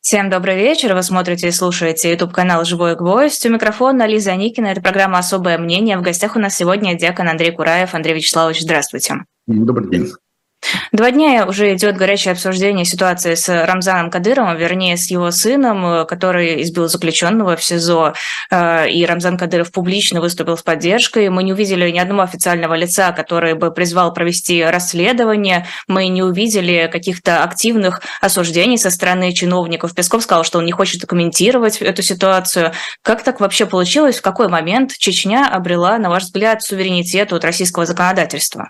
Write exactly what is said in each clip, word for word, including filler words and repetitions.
Всем добрый вечер. Вы смотрите и слушаете YouTube-канал «Живой гвоздь». У микрофона Лиза Никина. Это программа «Особое мнение». В гостях у нас сегодня диакон Андрей Кураев. Андрей Вячеславович, здравствуйте. Добрый день. Два дня уже идет горячее обсуждение ситуации с Рамзаном Кадыровым, вернее, с его сыном, который избил заключенного в СИЗО. И Рамзан Кадыров публично выступил с поддержкой. Мы не увидели ни одного официального лица, который бы призвал провести расследование. Мы не увидели каких-то активных осуждений со стороны чиновников. Песков сказал, что он не хочет комментировать эту ситуацию. Как так вообще получилось? В какой момент Чечня обрела, на ваш взгляд, суверенитет от российского законодательства?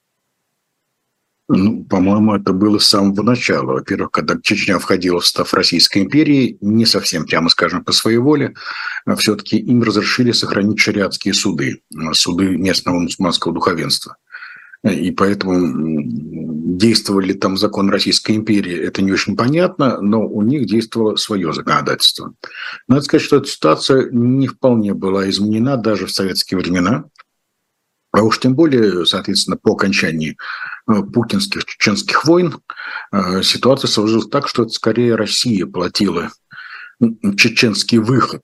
Ну, по-моему, это было с самого начала. Во-первых, когда Чечня входила в состав Российской империи, не совсем, прямо скажем, по своей воле, все-таки им разрешили сохранить шариатские суды, суды местного мусульманского духовенства. И поэтому действовали там закон Российской империи, это не очень понятно, но у них действовало свое законодательство. Надо сказать, что эта ситуация не вполне была изменена даже в советские времена. А уж тем более, соответственно, по окончании путинских чеченских войн ситуация сложилась так, что это скорее Россия платила чеченский выход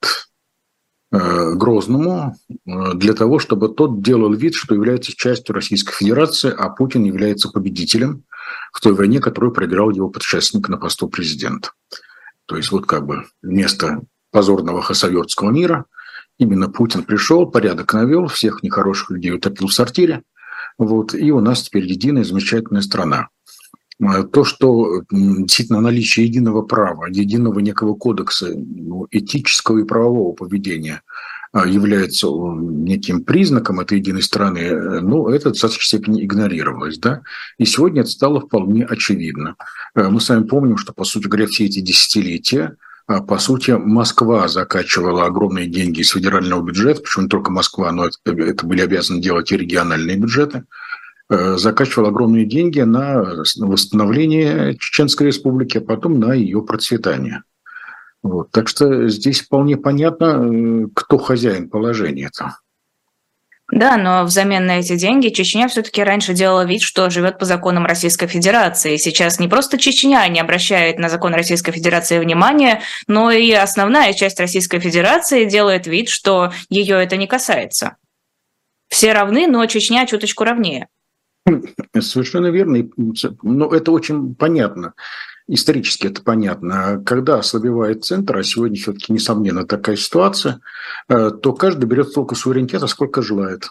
Грозному для того, чтобы тот делал вид, что является частью Российской Федерации, а Путин является победителем в той войне, которую проиграл его предшественник на посту президента. То есть вот как бы вместо позорного хасавюртского мира именно Путин пришел, порядок навел, всех нехороших людей утопил в сортире, вот, и у нас теперь единая замечательная страна. То, что действительно наличие единого права, единого некого кодекса этического и правового поведения является неким признаком этой единой страны, ну, это в достаточной степени игнорировалось, да, и сегодня это стало вполне очевидно. Мы с вами помним, что, по сути говоря, все эти десятилетия, по сути, Москва закачивала огромные деньги из федерального бюджета, причем не только Москва, но это, это были обязаны делать и региональные бюджеты, закачивала огромные деньги на восстановление Чеченской Республики, а потом на ее процветание. Вот. Так что здесь вполне понятно, кто хозяин положения-то. Да, но взамен на эти деньги Чечня все-таки раньше делала вид, что живет по законам Российской Федерации. Сейчас не просто Чечня не обращает на закон Российской Федерации внимания, но и основная часть Российской Федерации делает вид, что ее это не касается. Все равны, но Чечня чуточку равнее. Совершенно верно. Но это очень понятно. Исторически это понятно. Когда ослабевает центр, а сегодня все-таки, несомненно, такая ситуация, то каждый берет столько суверенитета, сколько желает.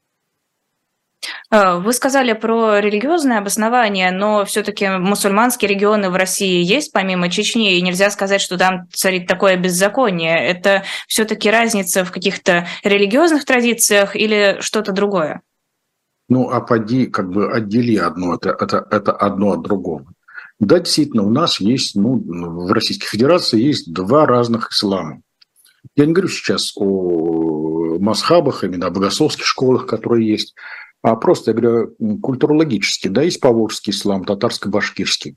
Вы сказали про религиозное обоснование, но все-таки мусульманские регионы в России есть, помимо Чечни, и нельзя сказать, что там царит такое беззаконие. Это все-таки разница в каких-то религиозных традициях или что-то другое? Ну, а поди, как бы отдели одно, это, это, это одно от другого. Да, действительно, у нас есть, ну, в Российской Федерации есть два разных ислама. Я не говорю сейчас о мазхабах, именно о богословских школах, которые есть, а просто, я говорю, культурологически. Да, есть поволжский ислам, татарско-башкирский.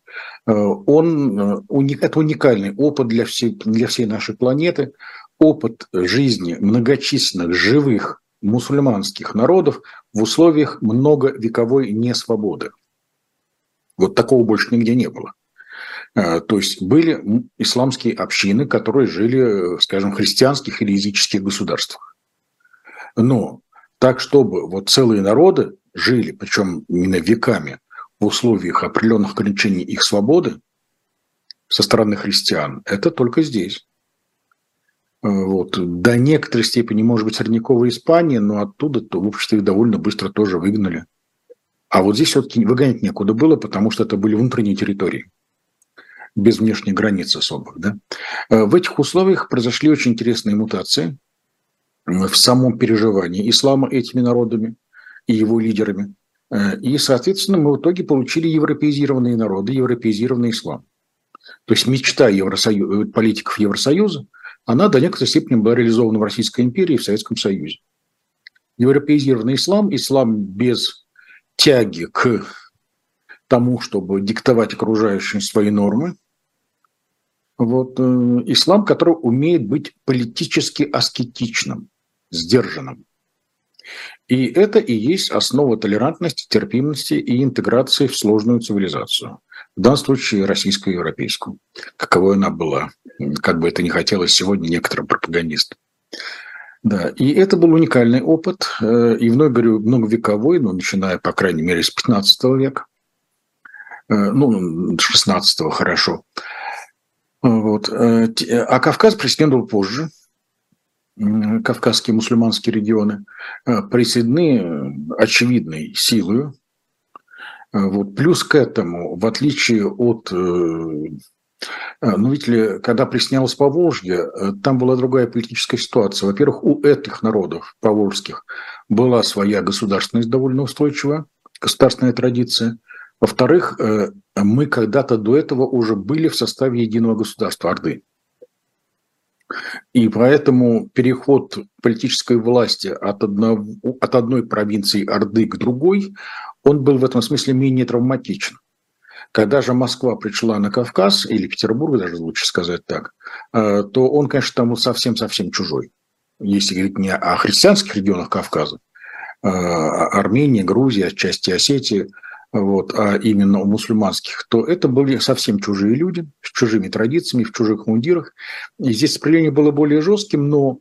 Он, это уникальный опыт для всей, для всей нашей планеты, опыт жизни многочисленных живых мусульманских народов в условиях многовековой несвободы. Вот такого больше нигде не было. То есть были исламские общины, которые жили, скажем, в христианских или языческих государствах. Но так, чтобы вот целые народы жили, причем именно веками, в условиях определенных ограничений их свободы со стороны христиан, это только здесь. Вот. До некоторой степени, может быть, средневековая Испания, но оттуда то, в общем-то, их довольно быстро тоже выгнали. А вот здесь все-таки выгонять некуда было, потому что это были внутренние территории, без внешних границ особых. Да? В этих условиях произошли очень интересные мутации в самом переживании ислама этими народами и его лидерами. И, соответственно, мы в итоге получили европеизированные народы, европеизированный ислам. То есть мечта Евросоюза, политиков Евросоюза, она до некоторой степени была реализована в Российской империи и в Советском Союзе. Европеизированный ислам, ислам без тяги к тому, чтобы диктовать окружающим свои нормы. Вот, э, ислам, который умеет быть политически аскетичным, сдержанным. И это и есть основа толерантности, терпимости и интеграции в сложную цивилизацию. в данном случае российско-европейскую, каковой она была, как бы это ни хотелось сегодня некоторым пропагандистам. Да, и это был уникальный опыт, и вновь говорю, многовековой, но начиная, по крайней мере, с пятнадцатого века, ну, шестнадцатого хорошо. Вот. А Кавказ присоединен позже. Кавказские мусульманские регионы присоединены очевидной силой. Вот. Плюс к этому, в отличие от... Ну, видите ли, когда присоединялось Поволжье, там была другая политическая ситуация. Во-первых, у этих народов поволжских была своя государственность довольно устойчивая, государственная традиция. Во-вторых, мы когда-то до этого уже были в составе единого государства Орды. И поэтому переход политической власти от, одного, от одной провинции Орды к другой, он был в этом смысле менее травматичен. Когда же Москва пришла на Кавказ, или Петербург, даже лучше сказать так, то он, конечно, там был совсем-совсем чужой. Если говорить не о христианских регионах Кавказа, Армении, Грузии, отчасти Осетии, вот, а именно у мусульманских, то это были совсем чужие люди, с чужими традициями, в чужих мундирах. И здесь сопротивление было более жестким, но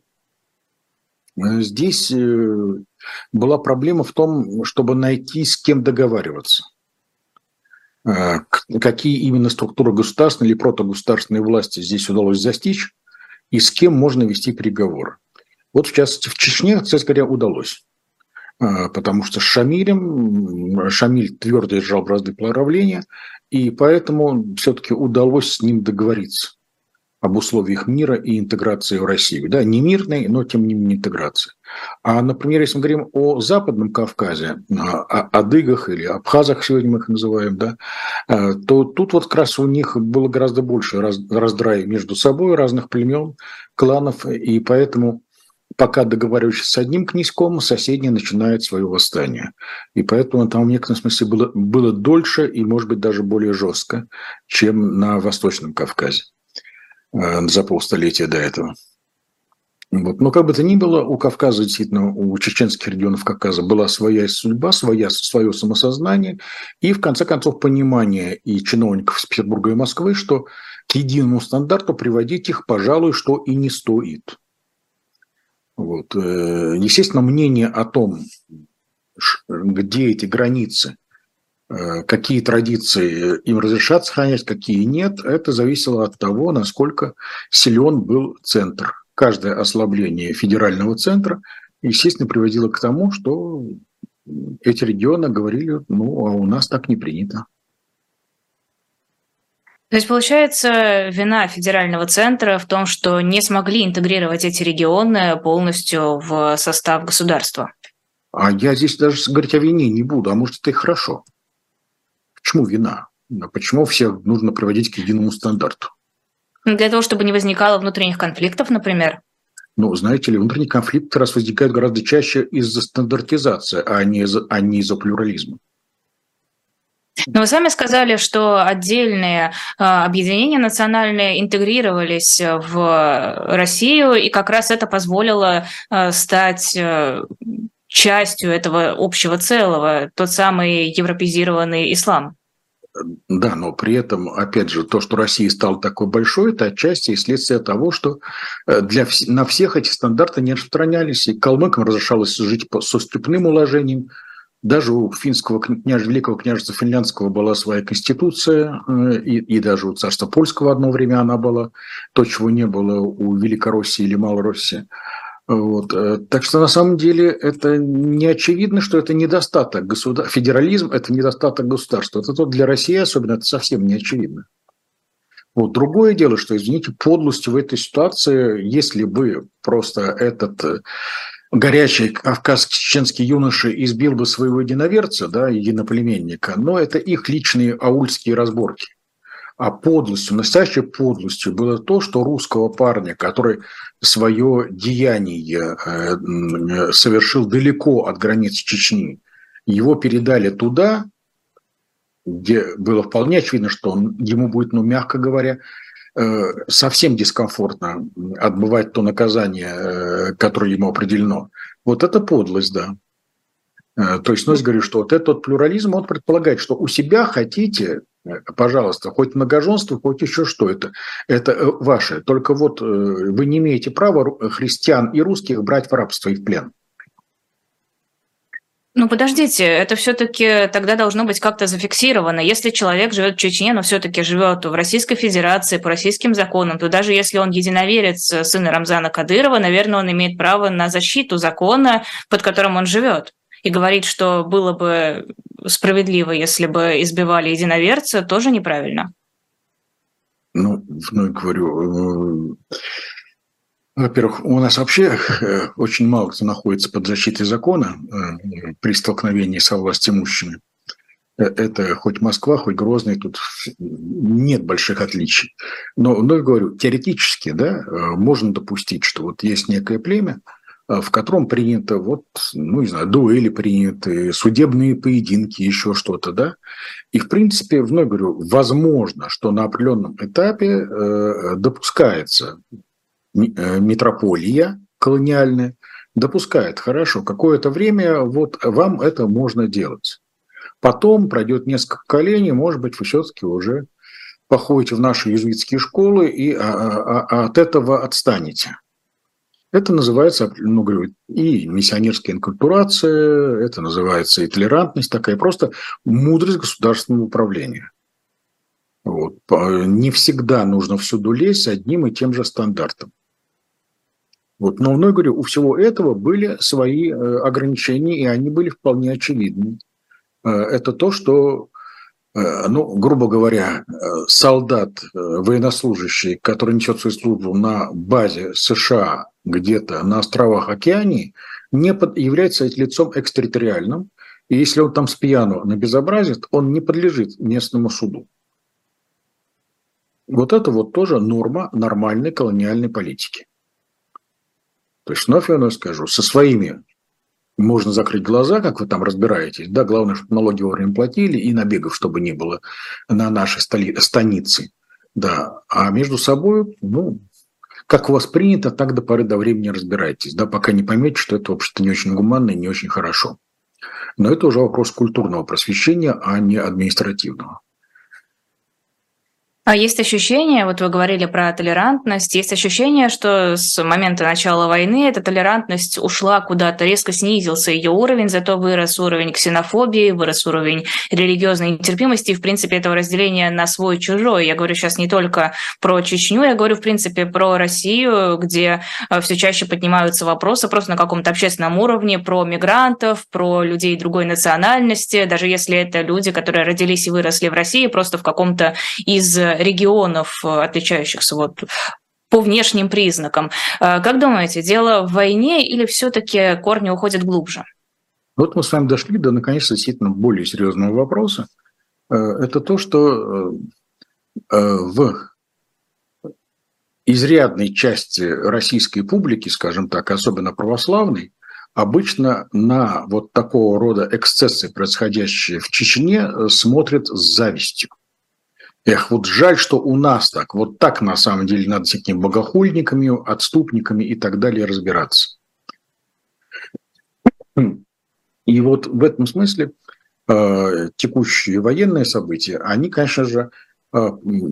здесь была проблема в том, чтобы найти, с кем договариваться. Какие именно структуры государственной или протогосударственной власти здесь удалось достичь, и с кем можно вести переговоры. Вот, в частности, в Чечне, кстати говоря, удалось. Потому что с Шамилем, Шамиль твердо держал бразды правления, и поэтому все-таки удалось с ним договориться об условиях мира и интеграции в Россию. Да, не мирной, но тем не менее интеграции. А, например, если мы говорим о Западном Кавказе, о адыгах или абхазах, сегодня мы их называем, да, то тут вот как раз у них было гораздо больше раздрая между собой разных племен, кланов, и поэтому пока договариваешься с одним князьком, соседний начинает свое восстание. И поэтому там в некотором смысле было, было дольше и, может быть, даже более жестко, чем на Восточном Кавказе за полстолетия до этого. Вот. Но как бы то ни было, у Кавказа, действительно, у чеченских регионов Кавказа была своя судьба, своя, свое самосознание и, в конце концов, понимание и чиновников из Петербурга и Москвы, что к единому стандарту приводить их, пожалуй, что и не стоит. Вот. Естественно, мнение о том, где эти границы, какие традиции им разрешат сохранять, какие нет, это зависело от того, насколько силен был центр. Каждое ослабление федерального центра, естественно, приводило к тому, что эти регионы говорили, ну, а у нас так не принято. То есть, получается, вина федерального центра в том, что не смогли интегрировать эти регионы полностью в состав государства? А я здесь даже говорить о вине не буду, а может, это и хорошо. Почему вина? Почему всех нужно приводить к единому стандарту? Для того, чтобы не возникало внутренних конфликтов, например? Ну, знаете ли, внутренние конфликты раз возникают гораздо чаще из-за стандартизации, а не из-за, а не из-за плюрализма. Но вы сами сказали, что отдельные э, объединения национальные интегрировались в Россию, и как раз это позволило э, стать э, частью этого общего целого, тот самый европеизированный ислам. Да, но при этом, опять же, то, что Россия стала такой большой, это отчасти и следствие того, что для, на всех эти стандарты не распространялись, и калмыкам разрешалось жить по, со степным уложением. Даже у финского княж, великого княжества финляндского была своя конституция, и, и даже у царства польского одно время она была, то, чего не было у Великороссии или Малороссии. Вот. Так что на самом деле это не очевидно, что это недостаток государства. Федерализм – это недостаток государства. Это то для России особенно, это совсем не очевидно. Вот. Другое дело, что, извините, подлостью в этой ситуации, если бы просто этот горячий кавказский чеченский юноша избил бы своего единоверца, да, единоплеменника, но это их личные аульские разборки. А подлостью, настоящей подлостью было то, что русского парня, который свое деяние совершил далеко от границ Чечни, его передали туда, где было вполне очевидно, что он, ему будет, ну, мягко говоря, совсем дискомфортно отбывать то наказание, которое ему определено. Вот это подлость, да. То есть, ну, я говорю, что вот этот плюрализм, он предполагает, что у себя хотите, Пожалуйста, хоть многоженство, хоть еще что это. Это ваше. Только вот вы не имеете права христиан и русских брать в рабство и в плен. Ну, подождите, это все-таки тогда должно быть как-то зафиксировано. Если человек живет в Чечне, но все-таки живет в Российской Федерации по российским законам, то даже если он единоверец сына Рамзана Кадырова, наверное, он имеет право на защиту закона, под которым он живет. И говорить, что было бы справедливо, если бы избивали единоверца, тоже неправильно. Ну, вновь говорю, во-первых, у нас вообще очень мало кто находится под защитой закона при столкновении со властимущими. Это хоть Москва, хоть Грозный, тут нет больших отличий. Но вновь говорю, теоретически, да, можно допустить, что вот есть некое племя, в котором принято, вот, ну, не знаю, дуэли приняты, судебные поединки, еще что-то, да. И, в принципе, вновь говорю, возможно, что на определенном этапе э, допускается метрополия колониальная, допускает, хорошо, какое-то время вот вам это можно делать. Потом пройдет несколько поколений, может быть, вы все-таки уже походите в наши иезуитские школы и а, а, от этого отстанете. Это называется, ну, говорю, и миссионерская инкультурация, это называется и толерантность такая, просто мудрость государственного управления. Вот. Не всегда нужно всюду лезть с одним и тем же стандартом. Вот. Но вновь говорю, у всего этого были свои ограничения, и они были вполне очевидны. Это то, что, ну, грубо говоря, солдат, военнослужащий, который несет свою службу на базе США где-то на островах Океании, не под, является лицом экстерриториальным, и если он там с пьяну набезобразит, он не подлежит местному суду. Вот это вот тоже норма нормальной колониальной политики. То есть, вновь я скажу, со своими можно закрыть глаза, как вы там разбираетесь. Да, главное, чтобы налоги вовремя платили и набегов, чтобы не было на нашей столи, станице. Да, а между собой, ну, как у вас принято, так до поры до времени разбирайтесь. Да, пока не поймете, что это, вообще-то, не очень гуманно и не очень хорошо. Но это уже вопрос культурного просвещения, а не административного. А есть ощущение, вот вы говорили про толерантность, есть ощущение, что с момента начала войны эта толерантность ушла куда-то, резко снизился ее уровень, зато вырос уровень ксенофобии, вырос уровень религиозной нетерпимости и, в принципе, этого разделения на свой-чужой. Я говорю сейчас не только про Чечню, я говорю, в принципе, про Россию, где все чаще поднимаются вопросы просто на каком-то общественном уровне про мигрантов, про людей другой национальности, даже если это люди, которые родились и выросли в России, просто в каком-то из регионов, отличающихся вот по внешним признакам. Как думаете, дело в войне или все-таки корни уходят глубже? Вот мы с вами дошли до, наконец, действительно более серьезного вопроса. Это то, что в изрядной части российской публики, скажем так, особенно православной, обычно на вот такого рода эксцессы, происходящие в Чечне, смотрят с завистью. Эх, вот жаль, что у нас так. Вот так, на самом деле, надо с этими богохульниками, отступниками и так далее разбираться. И вот в этом смысле э, текущие военные события, они, конечно же, э,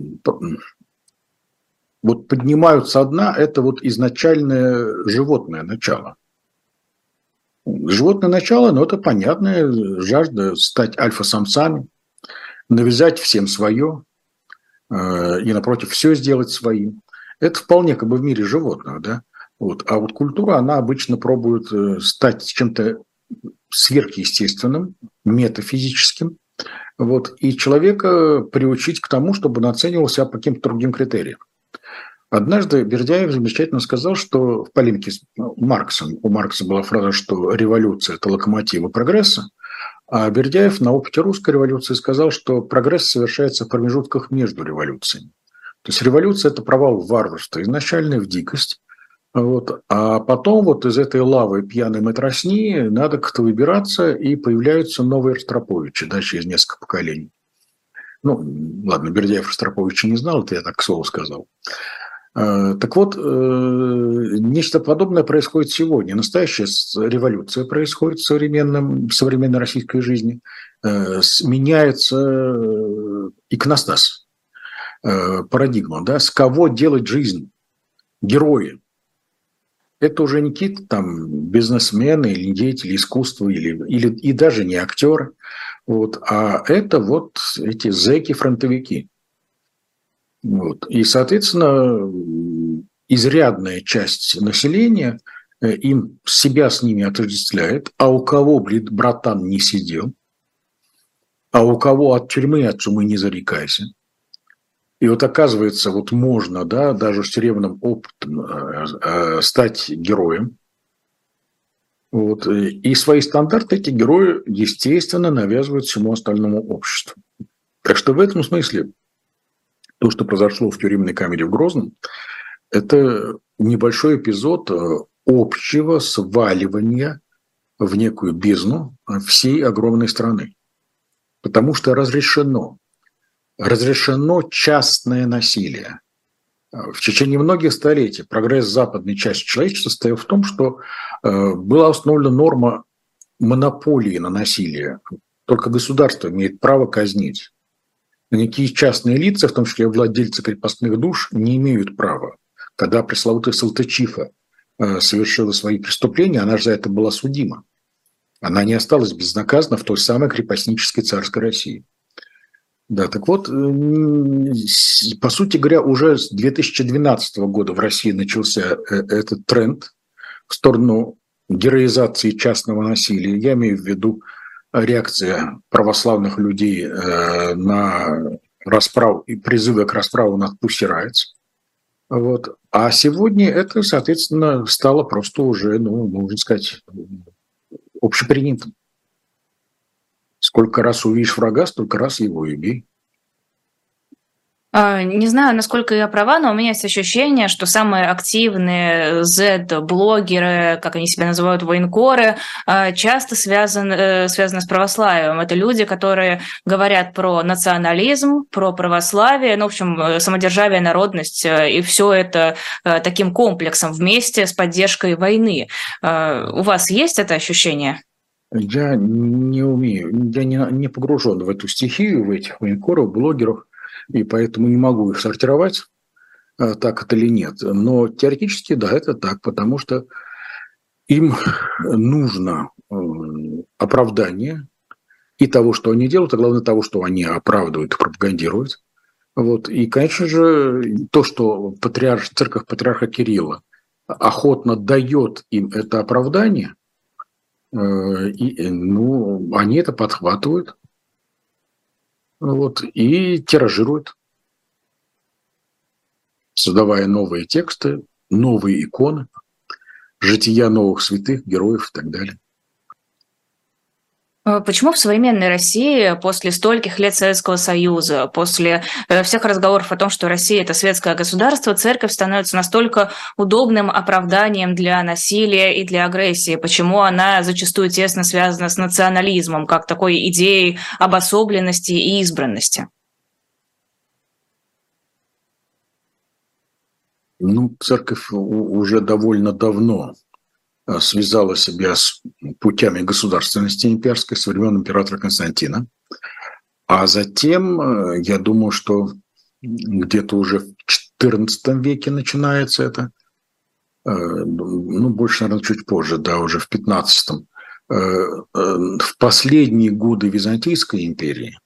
вот поднимают со дна это вот изначальное животное начало. Животное начало, но это понятная жажда стать альфа-самцами, навязать всем свое, и, напротив, все сделать своим. Это вполне как бы в мире животных, да. Вот. А вот культура, она обычно пробует стать чем-то сверхъестественным, метафизическим, вот, и человека приучить к тому, чтобы он оценивал себя по каким-то другим критериям. Однажды Бердяев замечательно сказал, что в полемике с Марксом, у Маркса была фраза, что революция – это локомотивы прогресса, а Бердяев на опыте русской революции сказал, что прогресс совершается в промежутках между революциями. То есть революция – это провал в варварство, изначально в дикость. Вот. А потом вот из этой лавы пьяной матросни надо как-то выбираться, и появляются новые Ростроповичи, да, через несколько поколений. Ну, ладно, Бердяев Ростроповича не знал, это я так к слову сказал. Так вот, нечто подобное происходит сегодня. Настоящая революция происходит в, современном, в современной российской жизни. Меняется иконостас, парадигма. Да? С кого делать жизнь? Герои. Это уже не какие-то там бизнесмены или деятели искусства, или, или, и даже не актеры. Вот, а это вот эти зэки-фронтовики. Вот. И, соответственно, изрядная часть населения им себя с ними отождествляет, а у кого, блин, братан, не сидел, а у кого от тюрьмы, от чумы не зарекайся. И вот оказывается, вот можно, да, даже с тюремным опытом э, стать героем. Вот. И свои стандарты эти герои, естественно, навязывают всему остальному обществу. Так что в этом смысле то, что произошло в тюремной камере в Грозном, это небольшой эпизод общего сваливания в некую бездну всей огромной страны. Потому что разрешено, разрешено частное насилие. В течение многих столетий прогресс западной части человечества состоял в том, что была установлена норма монополии на насилие. Только государство имеет право казнить. Никакие частные лица, в том числе владельцы крепостных душ, не имеют права. Когда пресловутая Салтычиха совершила свои преступления, она же за это была судима. Она не осталась безнаказанна в той самой крепостнической царской России. Да, так вот, по сути говоря, уже с две тысячи двенадцатого года в России начался этот тренд в сторону героизации частного насилия. Я имею в виду реакция православных людей на расправу и призывы к расправу над Pussy Riot. Вот. А сегодня это, соответственно, стало просто уже, ну, можно сказать, общепринятым. Сколько раз увидишь врага, столько раз его и бей. Не знаю, насколько я права, но у меня есть ощущение, что самые активные зет-блогеры, как они себя называют, военкоры, часто связаны, связаны с православием. Это люди, которые говорят про национализм, про православие, ну, в общем, самодержавие, народность, и все это таким комплексом вместе с поддержкой войны. У вас есть это ощущение? Я не умею, я не, не погружен в эту стихию, в этих военкоров, блогеров, и поэтому не могу их сортировать, так это или нет. Но теоретически, да, это так, потому что им нужно оправдание и того, что они делают, а главное того, что они оправдывают и пропагандируют. Вот. И, конечно же, то, что патриарх, церковь патриарха Кирилла охотно дает им это оправдание, и, ну, они это подхватывают, вот, и тиражируют, создавая новые тексты, новые иконы, жития новых святых, героев и так далее. Почему в современной России после стольких лет Советского Союза, после всех разговоров о том, что Россия – это светское государство, церковь становится настолько удобным оправданием для насилия и для агрессии? Почему она зачастую тесно связана с национализмом, как такой идеей обособленности и избранности? Ну, церковь уже довольно давно связала себя с путями государственности имперской со времен императора Константина. А затем, я думаю, что где-то уже в четырнадцатом веке начинается это, ну, больше, наверное, чуть позже, да, уже в пятнадцатом. В последние годы Византийской империи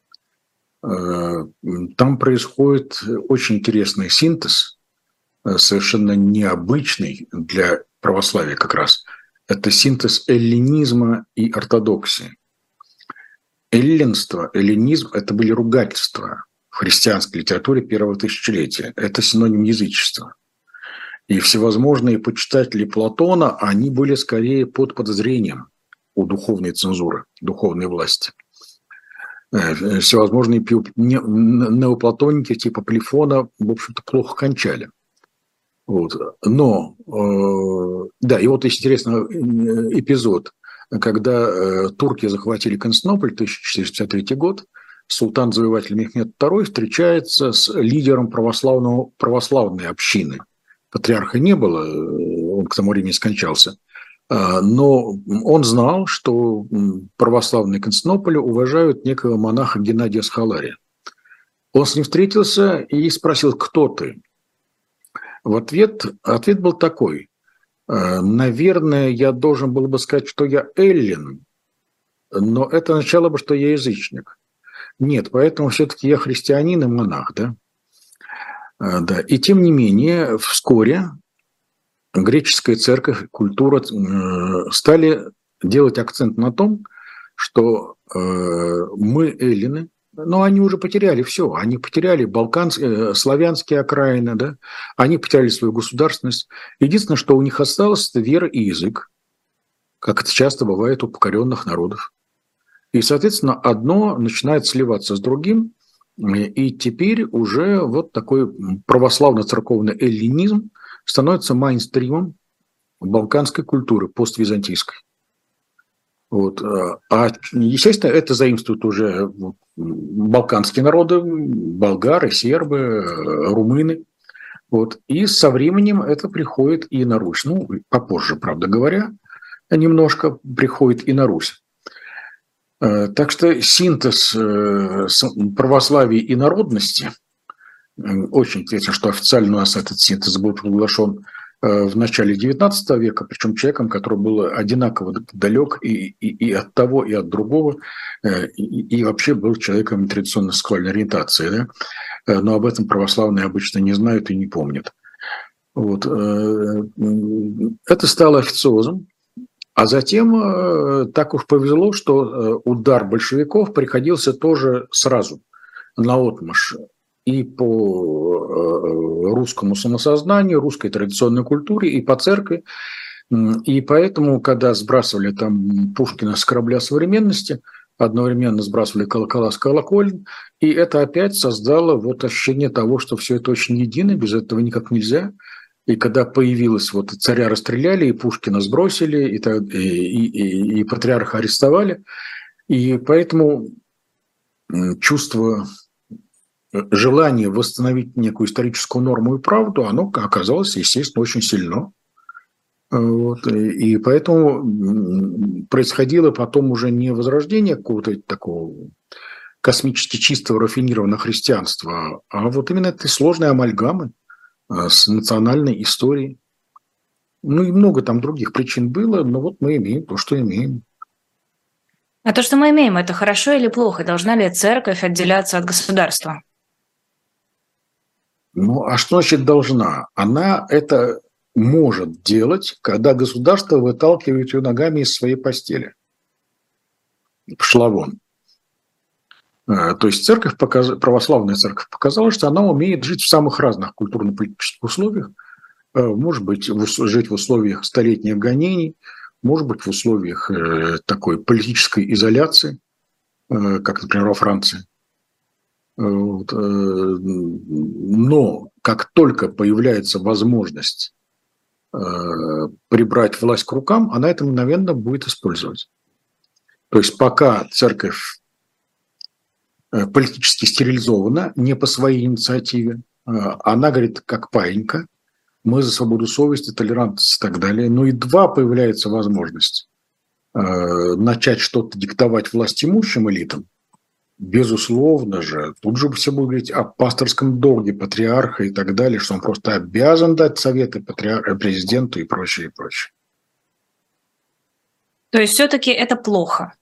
там происходит очень интересный синтез, совершенно необычный для православия как раз. Это синтез эллинизма и ортодоксии. Эллинство, эллинизм – это были ругательства в христианской литературе первого тысячелетия. Это синоним язычества. И всевозможные почитатели Платона, они были скорее под подозрением у духовной цензуры, духовной власти. Всевозможные неоплатоники типа Плефона, в общем-то, плохо кончали. Вот. Но, э, да, и вот есть интересный эпизод, когда э, турки захватили Константинополь, тысяча четыреста пятьдесят третий год, султан-завоеватель Мехмед второй встречается с лидером православного, православной общины. Патриарха не было, он к тому времени скончался. Но он знал, что православные Константинополя уважают некого монаха Геннадия Схалария. Он с ним встретился и спросил: кто ты? В ответ, ответ был такой: наверное, я должен был бы сказать, что я эллин, но это означало бы, что я язычник. Нет, поэтому все-таки я христианин и монах, да? Да. И тем не менее, вскоре греческая церковь, культура стали делать акцент на том, что мы эллины, но они уже потеряли все. Они потеряли балканские, славянские окраины, да? Они потеряли свою государственность. Единственное, что у них осталось, это вера и язык, как это часто бывает у покоренных народов. И, соответственно, одно начинает сливаться с другим, и теперь уже вот такой православно-церковный эллинизм становится мейнстримом балканской культуры, поствизантийской. Вот. А, естественно, это заимствуют уже балканские народы, болгары, сербы, румыны. Вот. И со временем это приходит и на Русь. Ну, попозже, правда говоря, немножко приходит и на Русь. Так что синтез православия и народности, очень интересно, что официально у нас этот синтез был приглашен в начале девятнадцатого века, причем человеком, который был одинаково далек и, и, и от того, и от другого, и, и вообще был человеком традиционной сексуальной ориентации. Да? Но об этом православные обычно не знают и не помнят. Вот. Это стало официозом. А затем так уж повезло, что удар большевиков приходился тоже сразу, наотмашь, и по русскому самосознанию, русской традиционной культуре, и по церкви. И поэтому, когда сбрасывали там Пушкина с корабля современности, одновременно сбрасывали колокола с колоколен, и это опять создало вот ощущение того, что все это очень едино, без этого никак нельзя. И когда появилось, вот царя расстреляли, и Пушкина сбросили, и, и, и, и патриарха арестовали, и поэтому чувство, желание восстановить некую историческую норму и правду, оно оказалось, естественно, очень сильно. Вот. И поэтому происходило потом уже не возрождение какого-то такого космически чистого, рафинированного христианства, а вот именно этой сложной амальгамы с национальной историей. Ну и много там других причин было, но вот мы имеем то, что имеем. А то, что мы имеем, это хорошо или плохо? Должна ли церковь отделяться от государства? Ну, а что значит должна? Она это может делать, когда государство выталкивает ее ногами из своей постели. Пошла вон. То есть церковь, православная церковь показала, что она умеет жить в самых разных культурно-политических условиях. Может быть, жить в условиях столетних гонений, может быть, в условиях такой политической изоляции, как, например, во Франции. Но как только появляется возможность прибрать власть к рукам, она это мгновенно будет использовать. То есть пока церковь политически стерилизована, не по своей инициативе. Она говорит, как паинька, мы за свободу совести, толерантность и так далее. Но едва появляется возможность начать что-то диктовать власть имущим элитам, безусловно же, тут же все будут говорить о пасторском долге патриарха и так далее, что он просто обязан дать советы патриар... президенту и прочее, и прочее. То есть все-таки это плохо?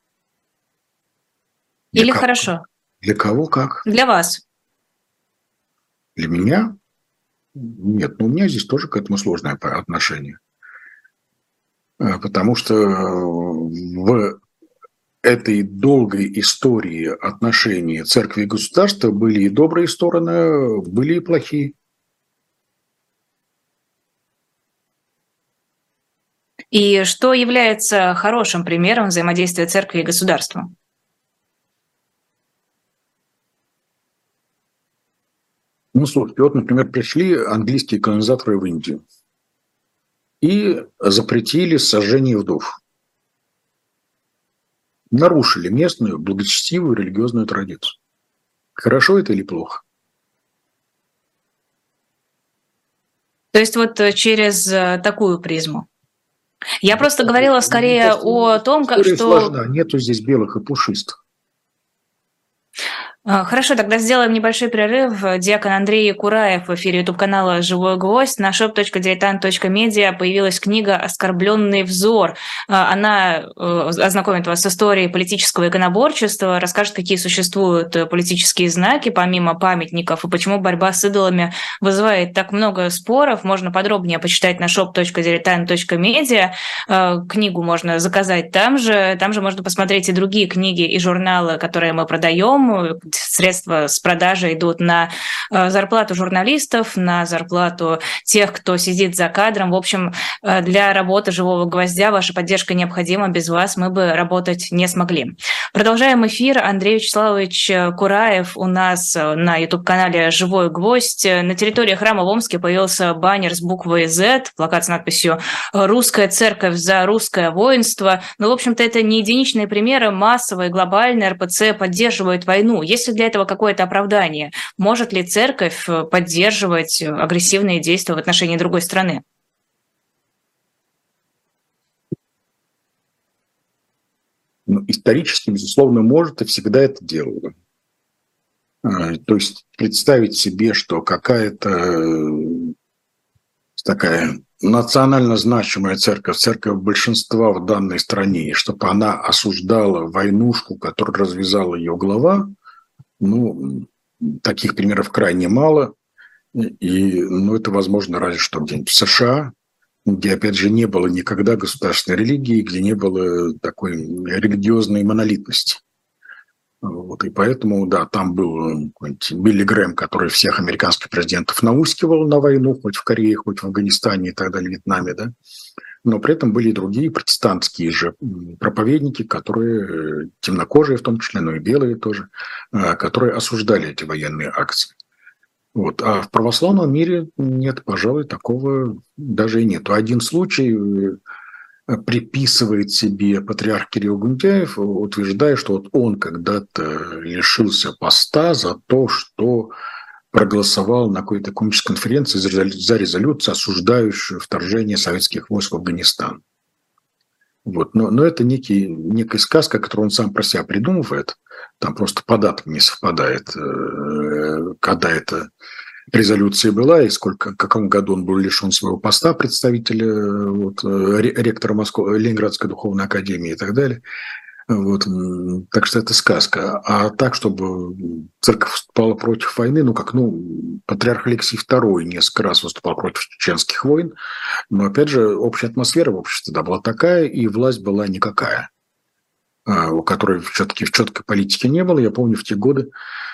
Для Или кого? Хорошо? Для кого как? Для вас. Для меня? Нет, ну у меня здесь тоже к этому сложное отношение. Потому что в этой долгой истории отношений церкви и государства были и добрые стороны, были и плохие. И что является хорошим примером взаимодействия церкви и государства? Ну, слушайте, вот, например, пришли английские колонизаторы в Индию и запретили сожжение вдов. Нарушили местную благочестивую религиозную традицию. Хорошо это или плохо? То есть вот через такую призму. Я просто говорила скорее о том, как, история что... сложна, нету здесь белых и пушистых. Хорошо, тогда сделаем небольшой перерыв. Диакон Андрей Кураев в эфире ютуб-канала «Живой гвоздь». На шоп точка дилетант точка медиа появилась книга «Оскорбленный взор». Она ознакомит вас с историей политического иконоборчества, расскажет, какие существуют политические знаки, помимо памятников, и почему борьба с идолами вызывает так много споров. Можно подробнее почитать на шоп точка дилетант точка медиа. Книгу можно заказать там же. Там же можно посмотреть и другие книги и журналы, которые мы продаем. Средства с продажи идут на зарплату журналистов, на зарплату тех, кто сидит за кадром. В общем, для работы «Живого гвоздя» ваша поддержка необходима. Без вас мы бы работать не смогли. Продолжаем эфир. Андрей Вячеславович Кураев у нас на ютуб-канале «Живой гвоздь». На территории храма в Омске появился баннер с буквой Z, плакат с надписью «Русская церковь за русское воинство». Но, в общем-то, это не единичные примеры. Массовые, глобальные эр пэ цэ поддерживают войну. Есть ли для этого какое-то оправдание? Может ли церковь поддерживать агрессивные действия в отношении другой страны? Ну, исторически, безусловно, может и всегда это делала. То есть представить себе, что какая-то такая национально значимая церковь, церковь большинства в данной стране, и чтобы она осуждала войнушку, которую развязала ее глава, ну, таких примеров крайне мало. И, ну, это возможно разве что где-нибудь в США, где, опять же, не было никогда государственной религии, где не было такой религиозной монолитности. Вот, и поэтому, да, там был Билли Грэм, который всех американских президентов наускивал на войну, хоть в Корее, хоть в Афганистане и так далее, в Вьетнаме, да. Но при этом были и другие протестантские же проповедники, которые, темнокожие в том числе, но и белые тоже, которые осуждали эти военные акции. Вот. А в православном мире нет, пожалуй, такого даже и нет. Один случай приписывает себе патриарх Кирилл Гундяев, утверждая, что вот он когда-то лишился поста за то, что проголосовал на какой-то коммунистической конференции за резолюцию, осуждающую вторжение советских войск в Афганистан. Вот. Но, но это некий, некая сказка, которую он сам про себя придумывает. Там просто по датам не совпадает, когда эта резолюция была и сколько, в каком году он был лишен своего поста представителя, вот, ректора Москвы, Ленинградской духовной академии и так далее. Вот. Так что это сказка. А так, чтобы церковь выступала против войны, ну как, ну, патриарх Алексий второй несколько раз выступал против чеченских войн, но, опять же, общая атмосфера в обществе тогда была такая, и власть была никакая, у которой все-таки в четкой политике не было. Я помню, в те годы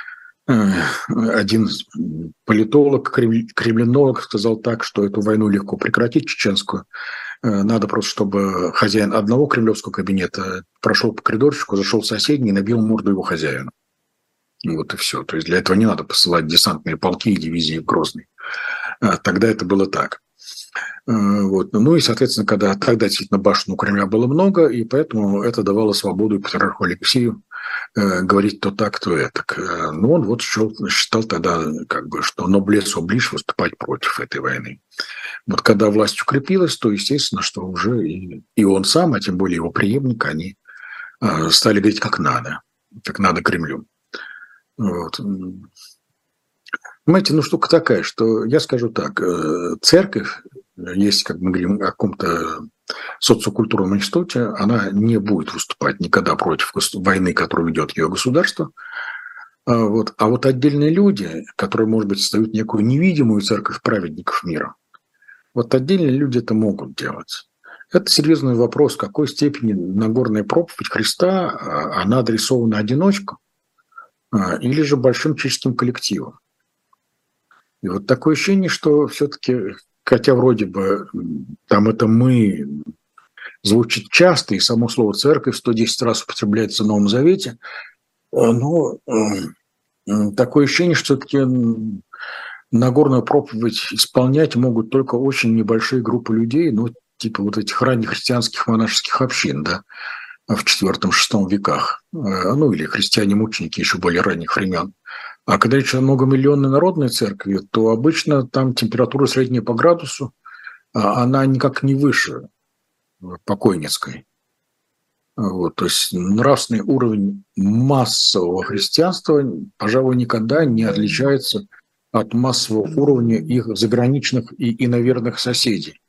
один политолог, кремлинолог сказал так, что эту войну легко прекратить, чеченскую. Надо просто, чтобы хозяин одного кремлевского кабинета прошел по коридорчику, зашел в соседний и набил морду его хозяину. Вот и все. То есть для этого не надо посылать десантные полки и дивизии в Грозный. Тогда это было так. Вот. Ну и, соответственно, когда тогда действительно башен у Кремля было много, и поэтому это давало свободу и патриарху Алексею э, говорить то так, то этак. Но он вот считал, считал тогда, как бы, что noblesse oblige выступать против этой войны. Вот когда власть укрепилась, то, естественно, что уже и, и он сам, а тем более его преемник, они э, стали говорить как надо, как надо Кремлю. Вот. Понимаете, ну штука такая, что я скажу так, церковь, если как мы говорим о каком-то социокультурном институте, она не будет выступать никогда против войны, которую ведет ее государство. Вот. А вот отдельные люди, которые, может быть, создают некую невидимую церковь праведников мира, вот отдельные люди это могут делать. Это серьезный вопрос, в какой степени Нагорная проповедь Христа, она адресована одиночкам или же большим человеческим коллективам. И вот такое ощущение, что все-таки, хотя вроде бы там это «мы» звучит часто, и само слово «церковь» сто десять раз употребляется в Новом Завете, но такое ощущение, что все-таки Нагорную проповедь исполнять могут только очень небольшие группы людей, ну, типа вот этих ранних христианских монашеских общин, да, в четвёртом-шестом веках, ну, или христиане-мученики еще более ранних времен. А когда речь о многомиллионной народной церкви, то обычно там температура средняя по градусу, она никак не выше покойницкой. Вот, то есть нравственный уровень массового христианства, пожалуй, никогда не отличается от массового уровня их заграничных и иноверных соседей.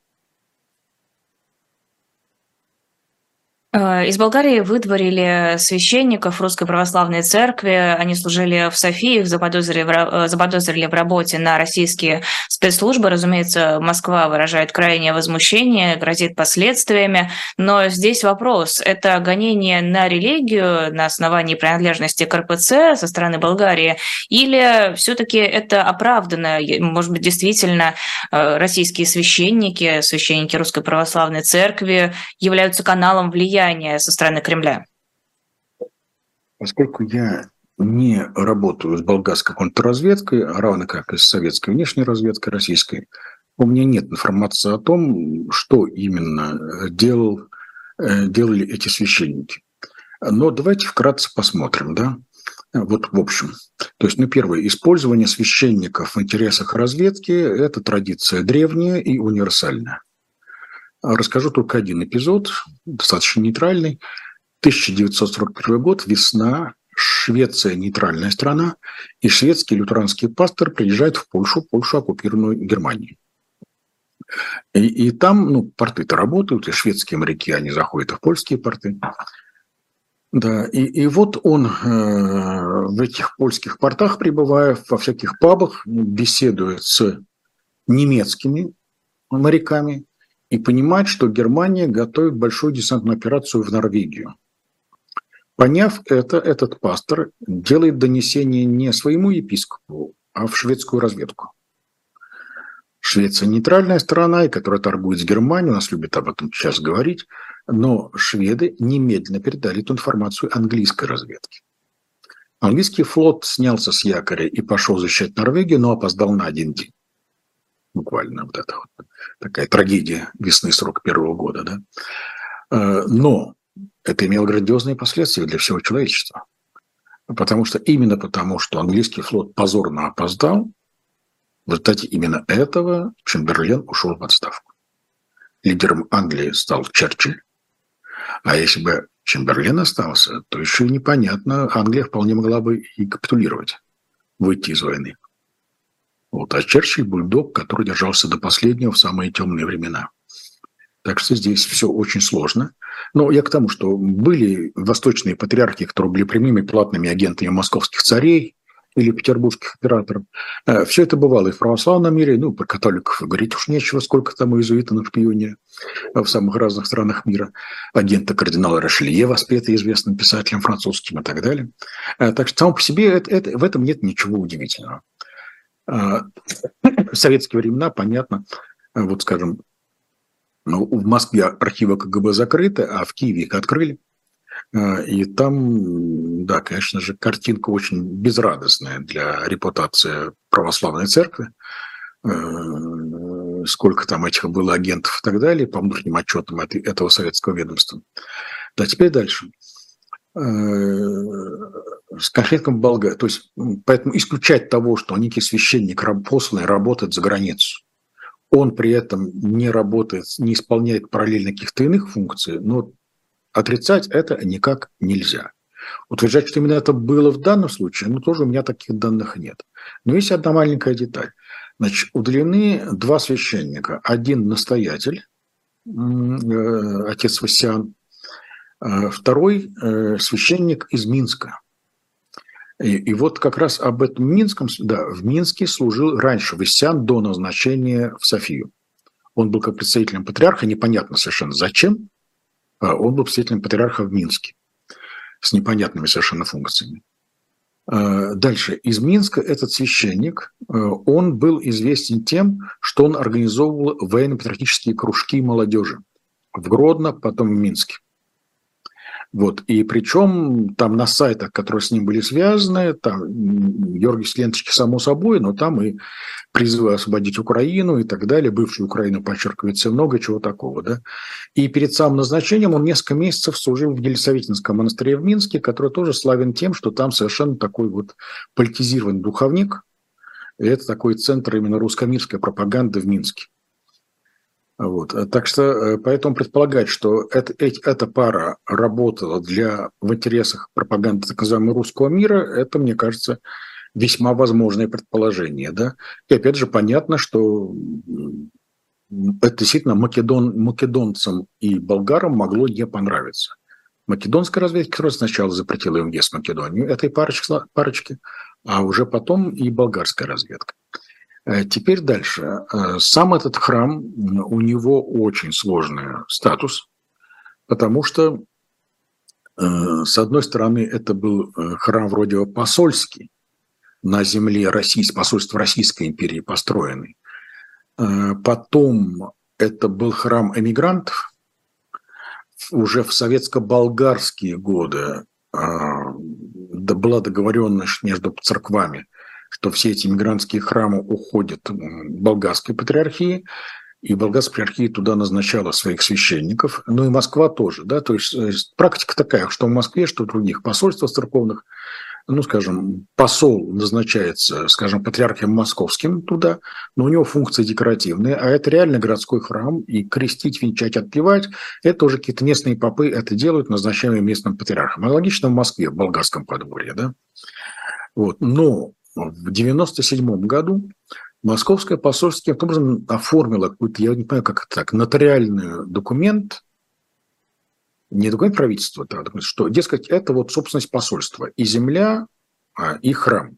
Из Болгарии выдворили священников Русской Православной Церкви. Они служили в Софии, их заподозрили в, заподозрили в работе на российские спецслужбы. Разумеется, Москва выражает крайнее возмущение, грозит последствиями. Но здесь вопрос. Это гонение на религию на основании принадлежности к эр пэ цэ со стороны Болгарии? Или все-таки это оправданно? Может быть, действительно российские священники, священники Русской Православной Церкви являются каналом влияния со стороны Кремля? Поскольку я не работаю с болгарской контрразведкой, равно как и с советской внешней разведкой российской, у меня нет информации о том, что именно делал, делали эти священники. Но давайте вкратце посмотрим, да? Вот в общем. То есть, ну, первое, использование священников в интересах разведки – это традиция древняя и универсальная. Расскажу только один эпизод, достаточно нейтральный. тысяча девятьсот сорок первый год, весна, Швеция – нейтральная страна, и шведский лютеранский пастор приезжает в Польшу, Польшу, оккупированную Германией. И, и там, ну, порты-то работают, и шведские моряки, они заходят в польские порты. Да, и, и вот он э, в этих польских портах, пребывая во всяких пабах, беседует с немецкими моряками, и понимать, что Германия готовит большую десантную операцию в Норвегию. Поняв это, этот пастор делает донесение не своему епископу, а в шведскую разведку. Швеция нейтральная страна, и которая торгует с Германией, у нас любят об этом сейчас говорить, но шведы немедленно передали эту информацию английской разведке. Английский флот снялся с якоря и пошел защищать Норвегию, но опоздал на один день. Буквально вот это вот такая трагедия весны сорок первого года, да. Но это имело грандиозные последствия для всего человечества. Потому что именно потому, что английский флот позорно опоздал, в результате именно этого Чемберлен ушел в отставку. Лидером Англии стал Черчилль. А если бы Чемберлен остался, то еще и непонятно, Англия вполне могла бы и капитулировать, выйти из войны. Вот, а Черчилль – бульдог, который держался до последнего в самые темные времена. Так что здесь все очень сложно. Но я к тому, что были восточные патриархи, которые были прямыми платными агентами московских царей или петербургских императоров. Все это бывало и в православном мире. Ну, про католиков говорить уж нечего, сколько там иезуитов на шпионе в самых разных странах мира. Агента кардинала Ришелье, воспетый известным писателем французским и так далее. Так что само по себе это, это, в этом нет ничего удивительного. В советские времена, понятно, вот, скажем, ну, в Москве архивы ка гэ бэ закрыты, а в Киеве их открыли. И там, да, конечно же, картинка очень безрадостная для репутации православной церкви. Сколько там этих было агентов и так далее, по внутренним отчетам этого советского ведомства. Да, теперь дальше. С конкретным Болгарии. То есть, поэтому исключать того, что некий священник посланный работает за границу, он при этом не работает, не исполняет параллельно каких-то иных функций, но отрицать это никак нельзя. Утверждать, что именно это было в данном случае, ну, тоже у меня таких данных нет. Но есть одна маленькая деталь. Значит, удалены два священника. Один настоятель, отец Васян, второй священник из Минска. И, и вот как раз об этом Минском, да, в Минске служил раньше Васян до назначения в Софию. Он был как представителем патриарха, непонятно совершенно зачем, он был представителем патриарха в Минске с непонятными совершенно функциями. Дальше. Из Минска этот священник, он был известен тем, что он организовывал военно-патриотические кружки молодежи в Гродно, потом в Минске. Вот. И причем там на сайтах, которые с ним были связаны, там Георгиевс ленточки, само собой, но там и призывы освободить Украину и так далее. Бывшую Украину подчеркивается много чего такого. Да? И перед самым назначением он несколько месяцев служил в Елисаветинском монастыре в Минске, который тоже славен тем, что там совершенно такой вот политизированный духовник. И это такой центр именно русско-мирской пропаганды в Минске. Вот. Так что поэтому предполагать, что это, эта пара работала для, в интересах пропаганды так называемого русского мира, это, мне кажется, весьма возможное предположение. Да? И опять же понятно, что это действительно македон, македонцам и болгарам могло не понравиться. Македонская разведка, которая сначала запретила им въезд в Македонию, этой парочки, парочки, а уже потом и болгарская разведка. Теперь дальше. Сам этот храм, у него очень сложный статус, потому что, с одной стороны, это был храм вроде посольский, на земле России, посольства Российской империи построенный. Потом это был храм эмигрантов. Уже в советско-болгарские годы была договоренность между церквами, что все эти мигрантские храмы уходят в болгарской патриархии, и болгарская патриархия туда назначала своих священников, ну и Москва тоже, да, то есть практика такая, что в Москве, что в других посольствах церковных, ну, скажем, посол назначается, скажем, патриархом московским туда, но у него функции декоративные, а это реально городской храм, и крестить, венчать, отпевать, это уже какие-то местные попы это делают, назначаемые местным патриархом. Аналогично в Москве, в болгарском подворье, да. Вот, но в девяносто седьмом году московское посольство каким-то образом оформило какой-то, я не понимаю, как это так, нотариальный документ, не документ правительства, а документ, что, дескать, это вот собственность посольства, и земля, и храм.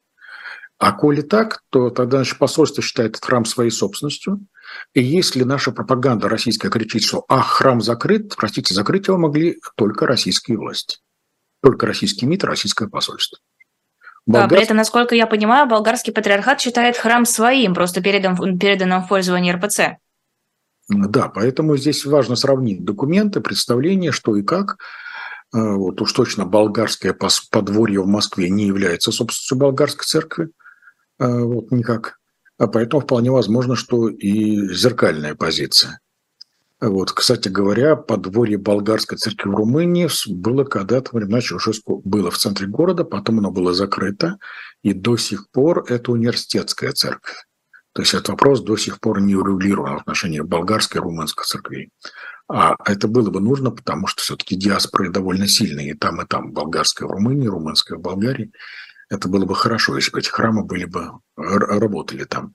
А коли так, то тогда наше посольство считает этот храм своей собственностью, и если наша пропаганда российская кричит, что «ах, храм закрыт», простите, закрыть его могли только российские власти, только российский МИД, российское посольство. Болгар... Да, при этом, насколько я понимаю, болгарский патриархат считает храм своим, просто передан, переданным в пользование эр пэ цэ. Да, поэтому здесь важно сравнить документы, представления, что и как. Вот уж точно болгарское подворье в Москве не является собственностью болгарской церкви, вот никак. А поэтому вполне возможно, что и зеркальная позиция. Вот, кстати говоря, подворье болгарской церкви в Румынии было когда-то, иначе уже было в центре города, потом оно было закрыто, и до сих пор это университетская церковь. То есть этот вопрос до сих пор не урегулирован в отношении болгарской и румынской церквей. А это было бы нужно, потому что все-таки диаспоры довольно сильные, и там, и там, болгарская в Румынии, румынская в Болгарии. Это было бы хорошо, если бы эти храмы были бы, работали там.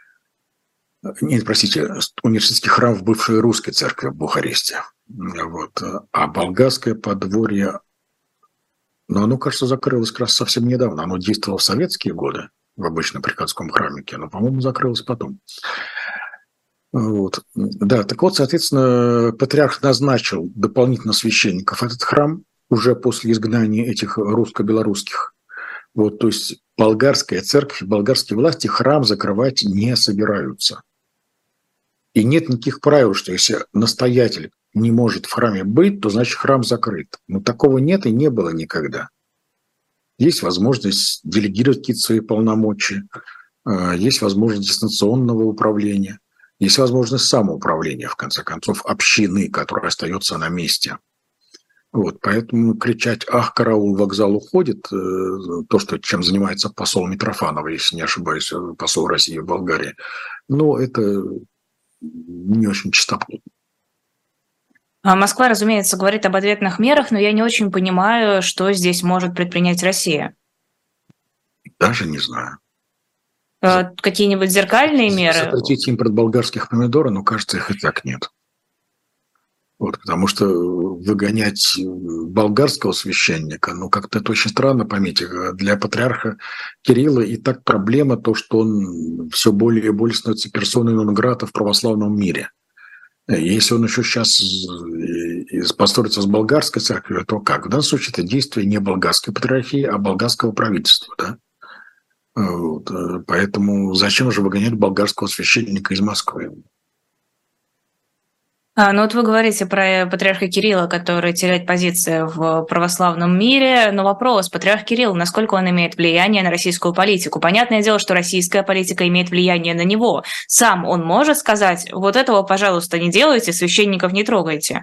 Нет, простите, университетский храм в бывшей русской церкви в Бухаресте. Вот. А болгарское подворье, ну, оно, кажется, закрылось как раз совсем недавно. Оно действовало в советские годы в обычном приходском храмике, но, по-моему, закрылось потом. Вот. Да, так вот, соответственно, патриарх назначил дополнительно священников в этот храм уже после изгнания этих русско-белорусских. Вот, то есть болгарская церковь, болгарские власти храм закрывать не собираются. И нет никаких правил, что если настоятель не может в храме быть, то значит храм закрыт. Но такого нет и не было никогда. Есть возможность делегировать какие-то свои полномочия, есть возможность дистанционного управления, есть возможность самоуправления, в конце концов, общины, которая остается на месте. Вот, поэтому кричать «Ах, караул, вокзал уходит», то, что, чем занимается посол Митрофанова, если не ошибаюсь, посол России в Болгарии, ну, это не очень чистоплотно. Москва, разумеется, говорит об ответных мерах, но я не очень понимаю, что здесь может предпринять Россия. Даже не знаю. Какие-нибудь зеркальные меры? Запретить импорт болгарских помидоров, но, кажется, их и так нет. Вот, потому что выгонять болгарского священника, ну, как-то это очень странно, поймите, для патриарха Кирилла и так проблема то, что он все более и более становится персоной нон-грата в православном мире. Если он еще сейчас построится с болгарской церковью, то как? В данном случае это действие не болгарской патриархии, а болгарского правительства, да? Вот. Поэтому зачем же выгонять болгарского священника из Москвы? А, ну вот вы говорите про патриарха Кирилла, который теряет позиции в православном мире, но вопрос, патриарх Кирилл, насколько он имеет влияние на российскую политику? Понятное дело, что российская политика имеет влияние на него. Сам он может сказать, вот этого, пожалуйста, не делайте, священников не трогайте?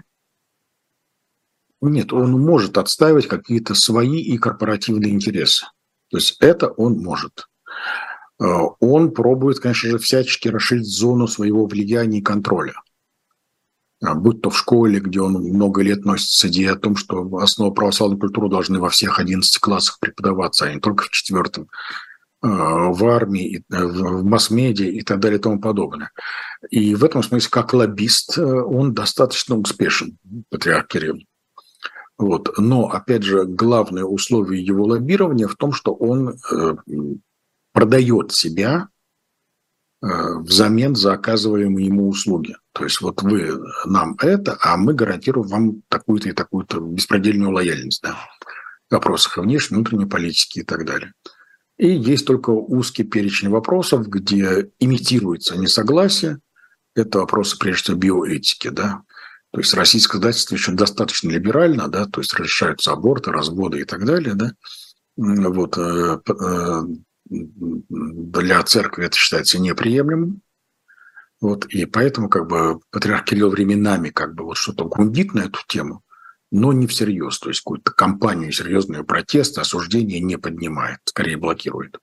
Нет, он может отстаивать какие-то свои и корпоративные интересы. То есть это он может. Он пробует, конечно же, всячески расширить зону своего влияния и контроля. Будь то в школе, где он много лет носится идеей о том, что основы православной культуры должны во всех одиннадцати классах преподаваться, а не только в четвертом, в армии, в масс-медиа и так далее и тому подобное. И в этом смысле, как лоббист, он достаточно успешен, патриарх Кирилл. Вот. Но, опять же, главное условие его лоббирования в том, что он продает себя взамен за оказываемые ему услуги. То есть вот вы нам это, а мы гарантируем вам такую-то и такую-то беспредельную лояльность, да, в вопросах внешней, внутренней политики и так далее. И есть только узкий перечень вопросов, где имитируется несогласие. Это вопросы, прежде всего, биоэтики, да. То есть российское законодательство еще достаточно либерально, да, то есть разрешаются аборты, разводы и так далее, да. Вот, для церкви это считается неприемлемым. Вот, и поэтому как бы патриарх Кирилл временами как бы вот что-то гундит на эту тему, но не всерьез. То есть какую-то кампанию серьезную протеста, осуждения не поднимает, скорее блокирует.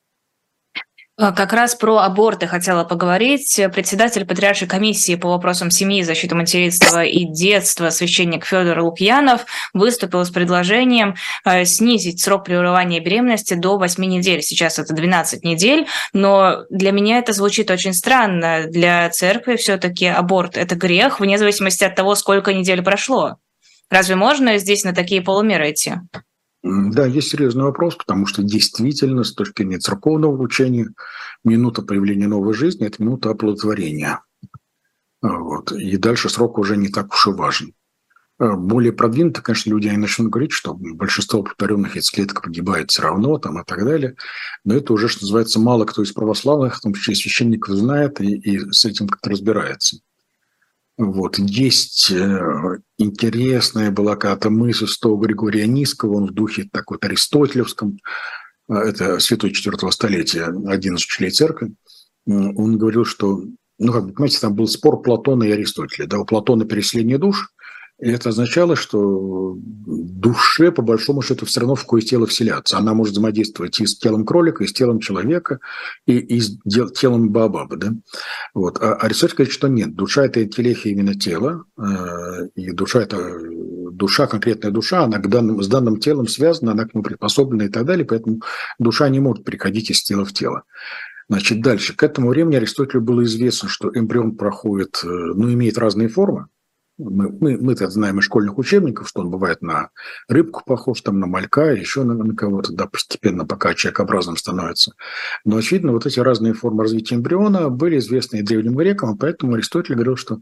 Как раз про аборты хотела поговорить. Председатель Патриаршей комиссии по вопросам семьи, защиты материнства и детства священник Федор Лукьянов выступил с предложением снизить срок прерывания беременности до восьми недель. Сейчас это двенадцать недель, но для меня это звучит очень странно. Для церкви все-таки аборт – это грех, вне зависимости от того, сколько недель прошло. Разве можно здесь на такие полумеры идти? Да, есть серьезный вопрос, потому что действительно, с точки зрения церковного учения, минута появления новой жизни – это минута оплодотворения. Вот. И дальше срок уже не так уж и важен. Более продвинуто, конечно, люди они начнут говорить, что большинство оплодотворенных яйцеклеток погибает все равно там, и так далее. Но это уже, что называется, мало кто из православных, в том числе священников, знает и, и с этим как-то разбирается. Вот. Есть интересная была когда-то мысль святого Григория Низкого, он в духе такой аристотелевском, это святой четвертого столетия, один из учителей церкви, он говорил, что, ну, как бы, понимаете, там был спор Платона и Аристотеля, да, у Платона переселение душ, и это означало, что душе, по большому счету, все равно в какое тело вселяться. Она может взаимодействовать и с телом кролика, и с телом человека, и, и с телом Баобаба. Да? Вот. А Аристотель говорит, что нет. Душа – это телехия именно тело, и душа – это душа, конкретная душа, она к данным, с данным телом связана, она к нему приспособлена и так далее, поэтому душа не может переходить из тела в тело. Значит, дальше. К этому времени Аристотелю было известно, что эмбрион проходит, ну, имеет разные формы. Мы, мы, мы-то знаем из школьных учебников, что он бывает на рыбку похож, там, на малька, еще на, на кого-то, да, постепенно, пока человекообразным становится. Но, очевидно, вот эти разные формы развития эмбриона были известны и древним грекам, поэтому Аристотель говорил, что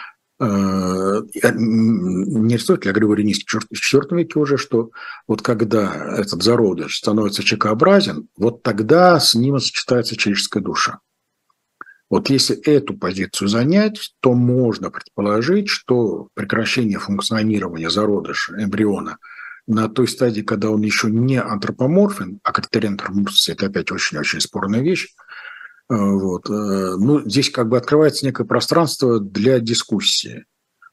э, не Аристотель, а Григорий Низкий в четвёртом веке уже, что вот когда этот зародыш становится человекообразен, вот тогда с ним сочетается человеческая душа. Вот если эту позицию занять, то можно предположить, что прекращение функционирования зародыша, эмбриона, на той стадии, когда он еще не антропоморфен, а критерий антропоморфности – это опять очень-очень спорная вещь, вот, ну, здесь как бы открывается некое пространство для дискуссии.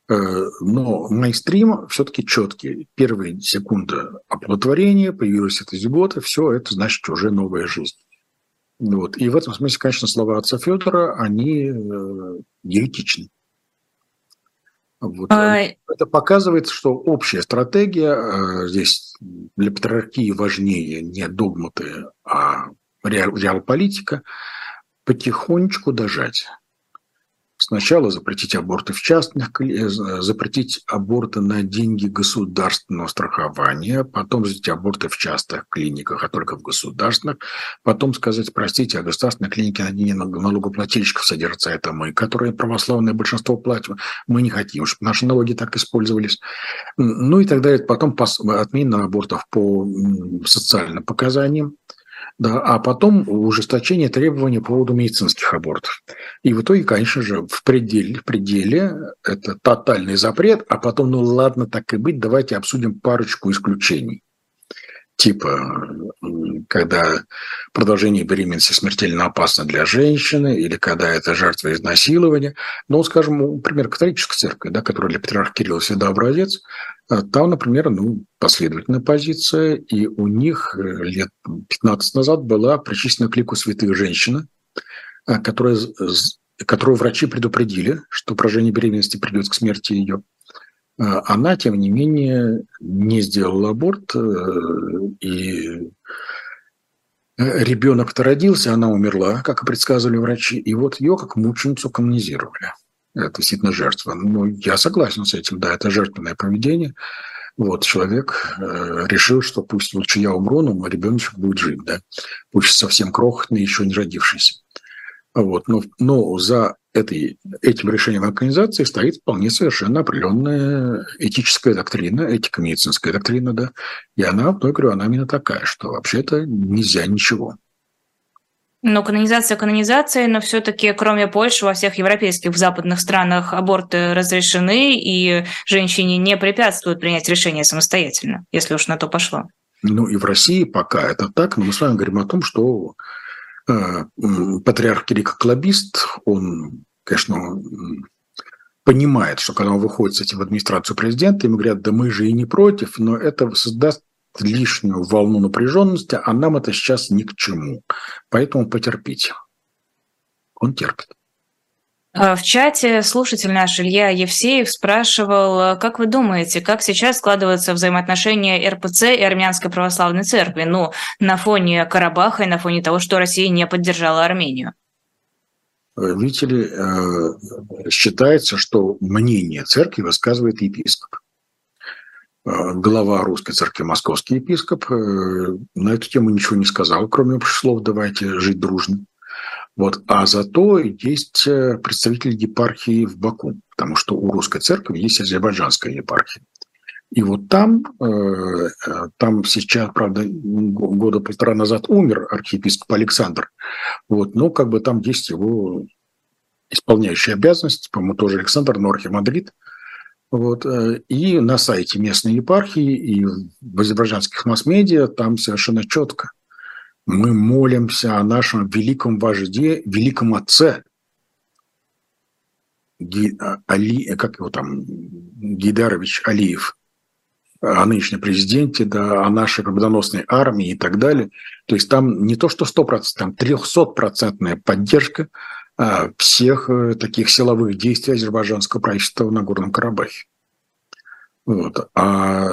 Но мейнстрим все-таки четкий. Первые секунды оплодотворения, появилась эта зигота, все это значит уже новая жизнь. Вот. И в этом смысле, конечно, слова отца Федора, они э, еретичны. Вот. А... Это показывает, что общая стратегия, э, здесь для патриархии важнее не догматы, а реал, реал-политика, потихонечку дожать. Сначала запретить аборты в частных, запретить аборты на деньги государственного страхования, потом запретить аборты в частных клиниках, а только в государственных, потом сказать, простите, а государственные клиники на деньги налогоплательщиков содержатся, это мы, которые православное большинство платим, мы не хотим, чтобы наши налоги так использовались. Ну и так далее. Потом отмена абортов по социальным показаниям. Да, а потом ужесточение требований по поводу медицинских абортов. И в итоге, конечно же, в пределе, в пределе это тотальный запрет, а потом, ну ладно, так и быть, давайте обсудим парочку исключений. Типа, когда продолжение беременности смертельно опасно для женщины, или когда это жертва изнасилования. Ну, скажем, например, католическая церковь, да, которая для патриарха Кирилла всегда образец, там, например, ну, последовательная позиция, и у них лет пятнадцать назад была причислена к лику святых женщина, которая, которую врачи предупредили, что поражение беременности придет к смерти ее. Она, тем не менее, не сделала аборт, и ребенок-то родился, она умерла, как и предсказывали врачи, и вот ее как мученицу канонизировали. Это действительно жертва. Ну, я согласен с этим, да, это жертвенное поведение. Вот человек э, решил, что пусть лучше я умру, но мой ребеночек будет жить, да, пусть совсем крохотный, еще не родившийся. Вот. Но, но за этой, этим решением организации стоит вполне совершенно определенная этическая доктрина, этико-медицинская доктрина, да, и она, я говорю, она именно такая, что вообще-то нельзя ничего. Ну, канонизация канонизацией, но все-таки, кроме Польши, во всех европейских, в западных странах аборты разрешены, и женщине не препятствуют принять решение самостоятельно, если уж на то пошло. Ну, и в России пока это так, но мы с вами говорим о том, что э, патриарх Кирикоклобист, он, конечно, понимает, что когда он выходит, кстати, в администрацию президента, ему говорят, да мы же и не против, но это создаст лишнюю волну напряженности, а нам это сейчас ни к чему. Поэтому потерпите. Он терпит. В чате слушатель наш Илья Евсеев спрашивал, как вы думаете, как сейчас складываются взаимоотношения эр пэ цэ и Армянской православной церкви, ну, на фоне Карабаха и на фоне того, что Россия не поддержала Армению? Видите ли, считается, что мнение церкви высказывает епископ. Глава Русской церкви, московский епископ, на эту тему ничего не сказал, кроме общих слов «давайте жить дружно». Вот. А зато есть представители епархии в Баку, потому что у Русской церкви есть азербайджанская епархия. И вот там, там сейчас, правда, года полтора назад умер архиепископ Александр, вот, но как бы там есть его исполняющий обязанности, по-моему, тоже Александр, но архимандрит. Вот, и на сайте местной епархии, и в азербайджанских масс-медиа там совершенно четко. Мы молимся о нашем великом вожде, великом отце, Ги, Али, как его там, Гейдарович Алиев, о нынешнем президенте, да, о нашей победоносной армии и так далее. То есть там не то что сто процентов, там трехсотпроцентная поддержка всех таких силовых действий азербайджанского правительства в Нагорном Карабахе. Вот. А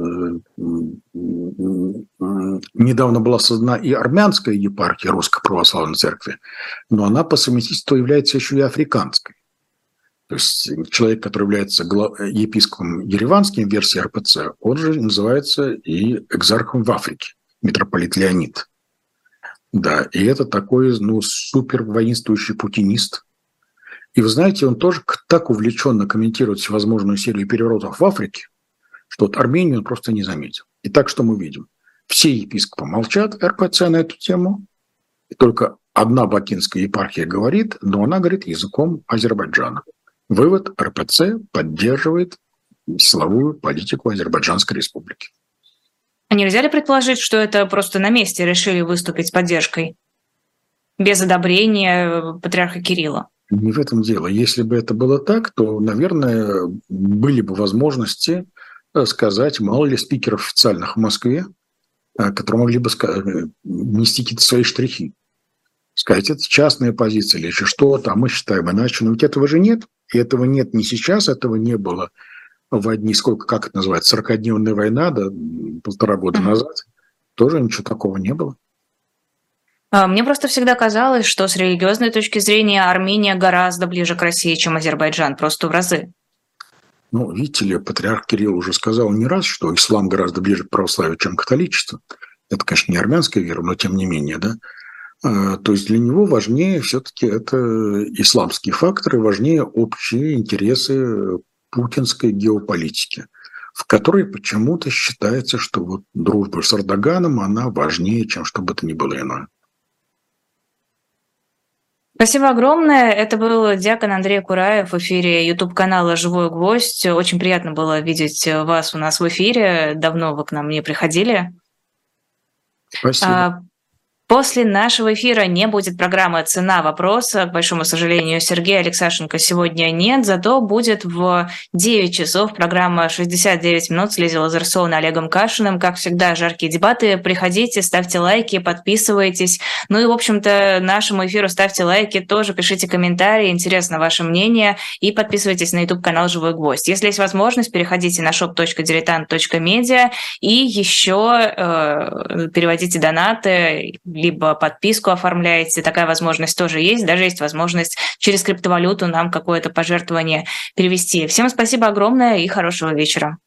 недавно была создана и армянская епархия Русской Православной Церкви, но она по совместительству является еще и африканской. То есть человек, который является епископом ереванским в версии эр пэ цэ, он же называется и экзархом в Африке, митрополит Леонид. Да, и это такой, ну, супер воинствующий путинист. И вы знаете, он тоже так увлеченно комментирует всевозможную серию переворотов в Африке, что вот Армению он просто не заметил. И так что мы видим? Все епископы молчат, эр пэ цэ на эту тему, и только одна бакинская епархия говорит, но она говорит языком Азербайджана. Вывод: эр пэ цэ поддерживает силовую политику Азербайджанской республики. А нельзя ли предположить, что это просто на месте решили выступить с поддержкой, без одобрения патриарха Кирилла? Не в этом дело. Если бы это было так, то, наверное, были бы возможности сказать, мало ли спикеров официальных в Москве, которые могли бы внести какие-то свои штрихи. Сказать, это частная позиция или еще что-то, а мы считаем иначе. Но ведь этого же нет. И этого нет не сейчас, этого не было в одни, сколько, как это называется, сорокадневная война, да, полтора года mm-hmm. назад. Тоже ничего такого не было. Мне просто всегда казалось, что с религиозной точки зрения Армения гораздо ближе к России, чем Азербайджан, просто в разы. Ну, видите ли, патриарх Кирилл уже сказал не раз, что ислам гораздо ближе к православию, чем католичество. Это, конечно, не армянская вера, но тем не менее, да. То есть для него важнее все-таки это исламские факторы, важнее общие интересы путинской геополитики. в которой почему-то считается, что вот дружба с Эрдоганом, она важнее, чем что бы то ни было иное. Спасибо огромное. Это был диакон Андрей Кураев в эфире YouTube-канала «Живой гвоздь». Очень приятно было видеть вас у нас в эфире. Давно вы к нам не приходили. Спасибо. После нашего эфира не будет программы «Цена вопроса». К большому сожалению, Сергея Алексашенко сегодня нет, зато будет в девять часов программа «шестьдесят девять минут» с Лизой Лазарсовой и Олегом Кашиным. Как всегда, жаркие дебаты. Приходите, ставьте лайки, подписывайтесь. Ну и, в общем-то, нашему эфиру ставьте лайки, тоже пишите комментарии, интересно ваше мнение, и подписывайтесь на YouTube-канал «Живой гвоздь». Если есть возможность, переходите на shop точка diletant точка media и еще э, переводите донаты, либо подписку оформляете, такая возможность тоже есть, даже есть возможность через криптовалюту нам какое-то пожертвование перевести. Всем спасибо огромное и хорошего вечера.